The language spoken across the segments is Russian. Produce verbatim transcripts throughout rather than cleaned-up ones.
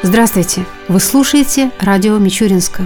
Здравствуйте! Вы слушаете радио Мичуринска.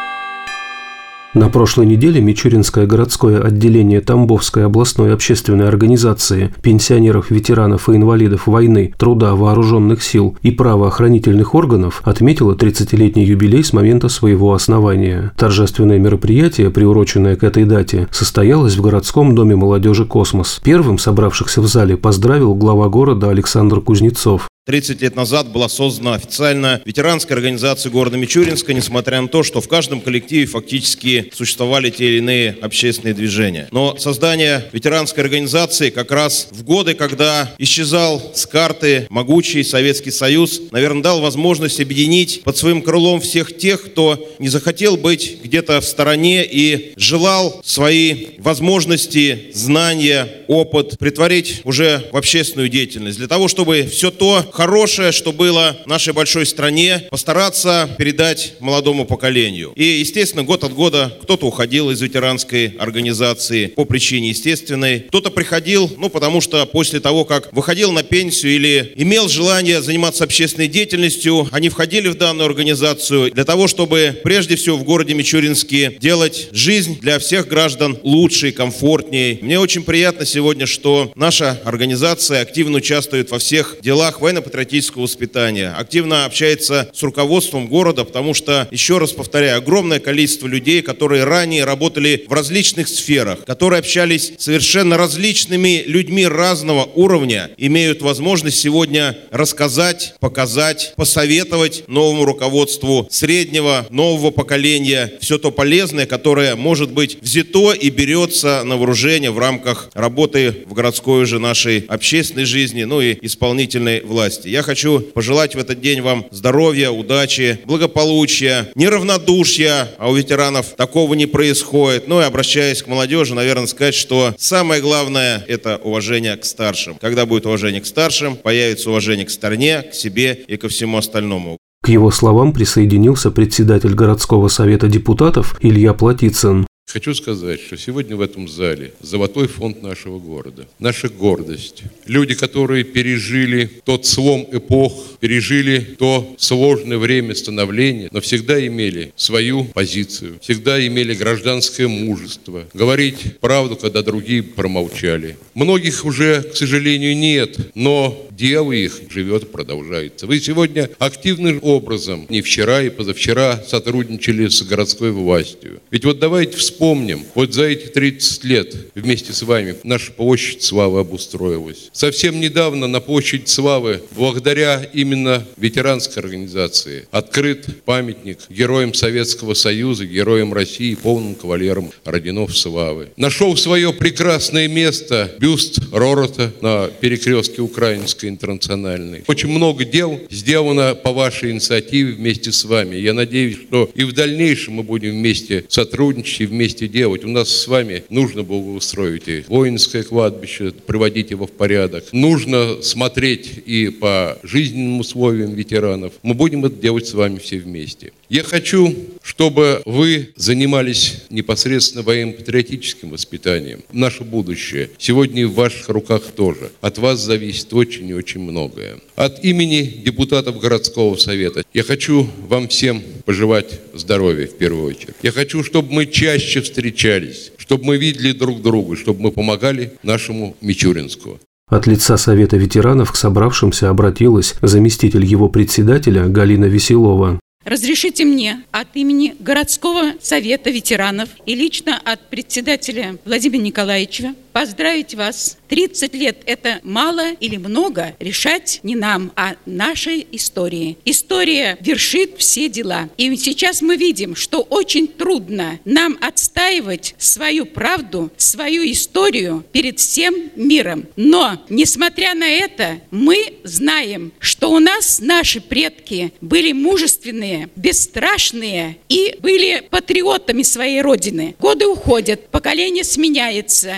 На прошлой неделе Мичуринское городское отделение Тамбовской областной общественной организации пенсионеров, ветеранов и инвалидов войны, труда, вооруженных сил и правоохранительных органов отметило тридцатилетний юбилей с момента своего основания. Торжественное мероприятие, приуроченное к этой дате, состоялось в городском доме молодежи «Космос». Первым собравшихся в зале поздравил глава города Александр Кузнецов. тридцать лет назад была создана официально ветеранская организация города Мичуринска, несмотря на то, что в каждом коллективе фактически существовали те или иные общественные движения. Но создание ветеранской организации как раз в годы, когда исчезал с карты могучий Советский Союз, наверное, дал возможность объединить под своим крылом всех тех, кто не захотел быть где-то в стороне и желал свои возможности, знания, опыт претворить уже в общественную деятельность, для того, чтобы все то хорошее, что было в нашей большой стране, постараться передать молодому поколению. И, естественно, год от года кто-то уходил из ветеранской организации по причине естественной, кто-то приходил, ну, потому что после того, как выходил на пенсию или имел желание заниматься общественной деятельностью, они входили в данную организацию для того, чтобы прежде всего в городе Мичуринске делать жизнь для всех граждан лучше и комфортнее. Мне очень приятно сегодня, что наша организация активно участвует во всех делах военно-патриотического воспитания, активно общается с руководством города, потому что, еще раз повторяю, огромное количество людей, которые ранее работали в различных сферах, которые общались с совершенно различными людьми разного уровня, имеют возможность сегодня рассказать, показать, посоветовать новому руководству среднего, нового поколения все то полезное, которое может быть взято и берется на вооружение в рамках работы в городской уже нашей общественной жизни, ну и исполнительной власти. Я хочу пожелать в этот день вам здоровья, удачи, благополучия, неравнодушия, а у ветеранов такого не происходит. Ну и обращаясь к молодежи, наверное, сказать, что самое главное – это уважение к старшим. Когда будет уважение к старшим, появится уважение к стране, к себе и ко всему остальному. К его словам присоединился председатель городского совета депутатов Илья Платицын. Хочу сказать, что сегодня в этом зале золотой фонд нашего города, наша гордость. Люди, которые пережили тот слом эпох, пережили то сложное время становления, но всегда имели свою позицию, всегда имели гражданское мужество, говорить правду, когда другие промолчали. Многих уже, к сожалению, нет, но дело их живет и продолжается. Вы сегодня активным образом, не вчера и позавчера, сотрудничали с городской властью. Ведь вот давайте вспомним, Вспомним, вот за эти тридцать лет вместе с вами наша площадь Славы обустроилась. Совсем недавно на площадь Славы, благодаря именно ветеранской организации, открыт памятник героям Советского Союза, героям России, полным кавалерам орденов Славы. Нашел свое прекрасное место бюст Ророта на перекрестке Украинской Интернациональной. Очень много дел сделано по вашей инициативе вместе с вами. Я надеюсь, что и в дальнейшем мы будем вместе сотрудничать и вместе делать. У нас с вами нужно было устроить и воинское кладбище, приводить его в порядок. Нужно смотреть и по жизненным условиям ветеранов. Мы будем это делать с вами все вместе. Я хочу, чтобы вы занимались непосредственно военно-патриотическим воспитанием. Наше будущее сегодня и в ваших руках тоже. От вас зависит очень и очень многое. От имени депутатов городского совета я хочу вам всем пожелать здоровья в первую очередь. Я хочу, чтобы мы чаще встречались, чтобы мы видели друг друга, чтобы мы помогали нашему Мичуринску. От лица Совета ветеранов к собравшимся обратилась заместитель его председателя Галина Веселова. Разрешите мне от имени городского совета ветеранов и лично от председателя Владимира Николаевича поздравить вас. тридцать лет – это мало или много, решать не нам, а нашей истории. История вершит все дела. И сейчас мы видим, что очень трудно нам отстаивать свою правду, свою историю перед всем миром. Но, несмотря на это, мы знаем, что у нас наши предки были мужественные, бесстрашные и были патриотами своей родины. Годы уходят, поколение сменяется. И вот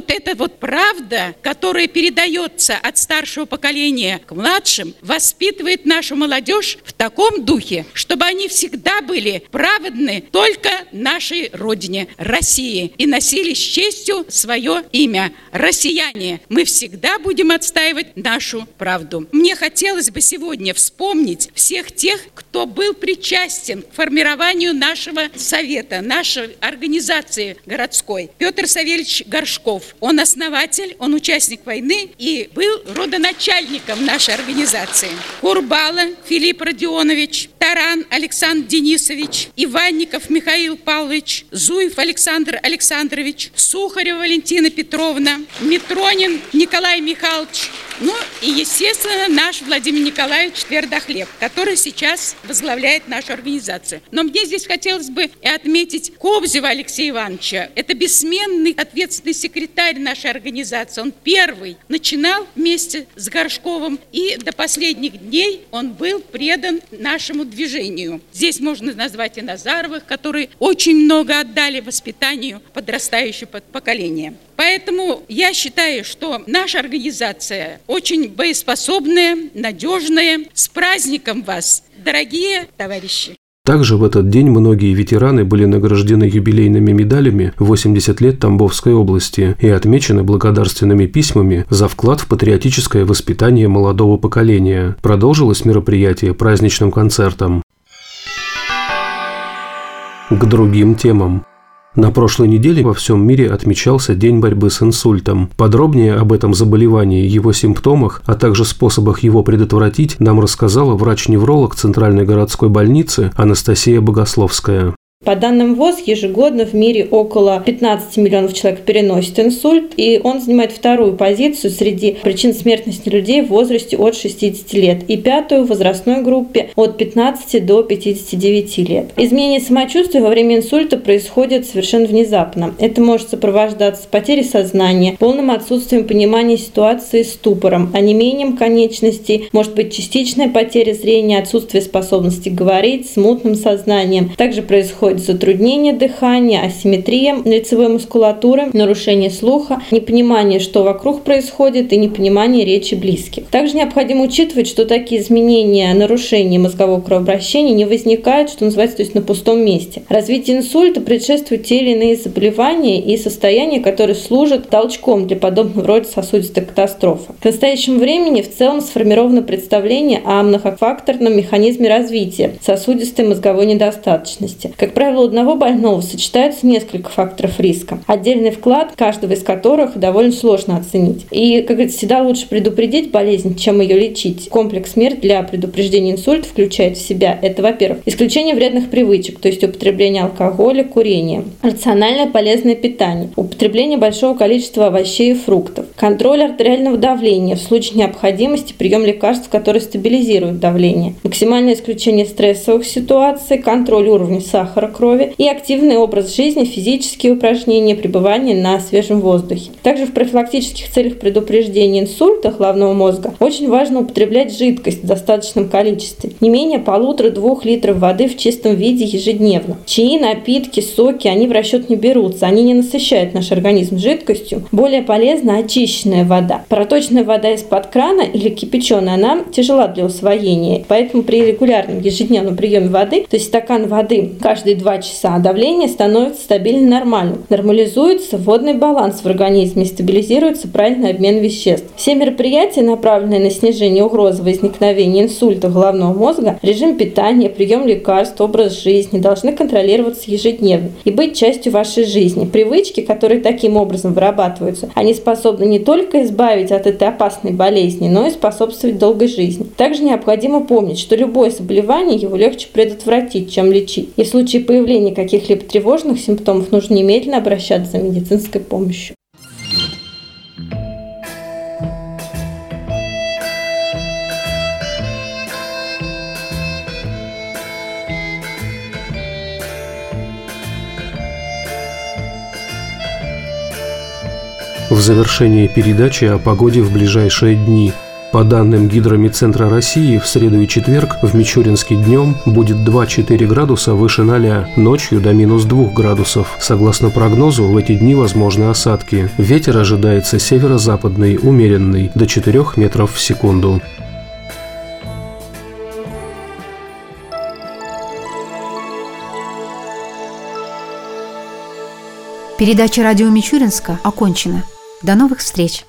вот эта вот правда, которая передается от старшего поколения к младшим, воспитывает нашу молодежь в таком духе, чтобы они всегда были праведны только нашей Родине, России, и носили с честью свое имя. Россияне, мы всегда будем отстаивать нашу правду. Мне хотелось бы сегодня вспомнить всех тех, кто был причастен к формированию нашего совета, нашей организации городской. Петр Савельевич Горшков. Он основатель, он участник войны и был родоначальником нашей организации. Курбала Филипп Родионович, Таран Александр Денисович, Иванников Михаил Павлович, Зуев Александр Александрович, Сухарева Валентина Петровна, Митронин Николай Михайлович, ну и, естественно, наш Владимир Николаевич Твердохлеб, который сейчас возглавляет нашу организацию. Но мне здесь хотелось бы отметить Кобзева Алексея Ивановича. Это бессменный ответственный секретарь нашей организации. Он первый начинал вместе с Горшковым, и до последних дней он был предан нашему движению. Здесь можно назвать и Назаровых, которые очень много отдали воспитанию подрастающего поколения. Поэтому я считаю, что наша организация очень боеспособная, надежная. С праздником вас, дорогие товарищи! Также в этот день многие ветераны были награждены юбилейными медалями восемьдесят лет Тамбовской области и отмечены благодарственными письмами за вклад в патриотическое воспитание молодого поколения. Продолжилось мероприятие праздничным концертом. К другим темам. На прошлой неделе во всем мире отмечался День борьбы с инсультом. Подробнее об этом заболевании, его симптомах, а также способах его предотвратить нам рассказала врач-невролог Центральной городской больницы Анастасия Богословская. По данным ВОЗ, ежегодно в мире около пятнадцати миллионов человек переносит инсульт, и он занимает вторую позицию среди причин смертности людей в возрасте от шестидесяти лет и пятую в возрастной группе от пятнадцати до пятидесяти девяти лет. Изменение самочувствия во время инсульта происходит совершенно внезапно. Это может сопровождаться потерей сознания, полным отсутствием понимания ситуации, ступором, онемением конечностей, может быть частичная потеря зрения, отсутствие способности говорить, смутным сознанием. Также происходит затруднение дыхания, асимметрия лицевой мускулатуры, нарушение слуха, непонимание, что вокруг происходит, и непонимание речи близких. Также необходимо учитывать, что такие изменения, нарушения мозгового кровообращения не возникают, что называется, то есть на пустом месте. Развитию инсульта предшествуют те или иные заболевания и состояния, которые служат толчком для подобного рода сосудистой катастрофы. К настоящему времени в целом сформировано представление о многофакторном механизме развития сосудистой мозговой недостаточности. Как правило, у одного больного сочетаются несколько факторов риска, отдельный вклад каждого из которых довольно сложно оценить. И, как говорится, всегда лучше предупредить болезнь, чем ее лечить. Комплекс мер для предупреждения инсульта включает в себя это, во-первых, исключение вредных привычек, то есть употребление алкоголя, курение, рациональное полезное питание, употребление большого количества овощей и фруктов, контроль артериального давления, в случае необходимости прием лекарств, которые стабилизируют давление, максимальное исключение стрессовых ситуаций, контроль уровня сахара крови и активный образ жизни, физические упражнения, пребывание на свежем воздухе. Также в профилактических целях предупреждения инсульта головного мозга очень важно употреблять жидкость в достаточном количестве, не менее полутора-двух литров воды в чистом виде ежедневно. Чаи, напитки, соки, они в расчет не берутся, они не насыщают наш организм жидкостью. Более полезна очищенная вода. Проточная вода из-под крана или кипяченая, она тяжела для усвоения, поэтому при регулярном ежедневном приеме воды, то есть стакан воды каждые два часа, давление становится стабильно нормальным. Нормализуется водный баланс в организме, стабилизируется правильный обмен веществ. Все мероприятия, направленные на снижение угрозы возникновения инсульта головного мозга, режим питания, прием лекарств, образ жизни должны контролироваться ежедневно и быть частью вашей жизни. Привычки, которые таким образом вырабатываются, они способны не только избавить от этой опасной болезни, но и способствовать долгой жизни. Также необходимо помнить, что любое заболевание его легче предотвратить, чем лечить. И в случае появления каких-либо тревожных симптомов нужно немедленно обращаться за медицинской помощью. В завершении передачи о погоде в ближайшие дни. По данным Гидромедцентра России, в среду и четверг в Мичуринске днем будет два-четыре градуса выше ноля, ночью до минус двух градусов. Согласно прогнозу, в эти дни возможны осадки. Ветер ожидается северо-западный, умеренный, до четырёх метров в секунду. Передача «Радио Мичуринска» окончена. До новых встреч!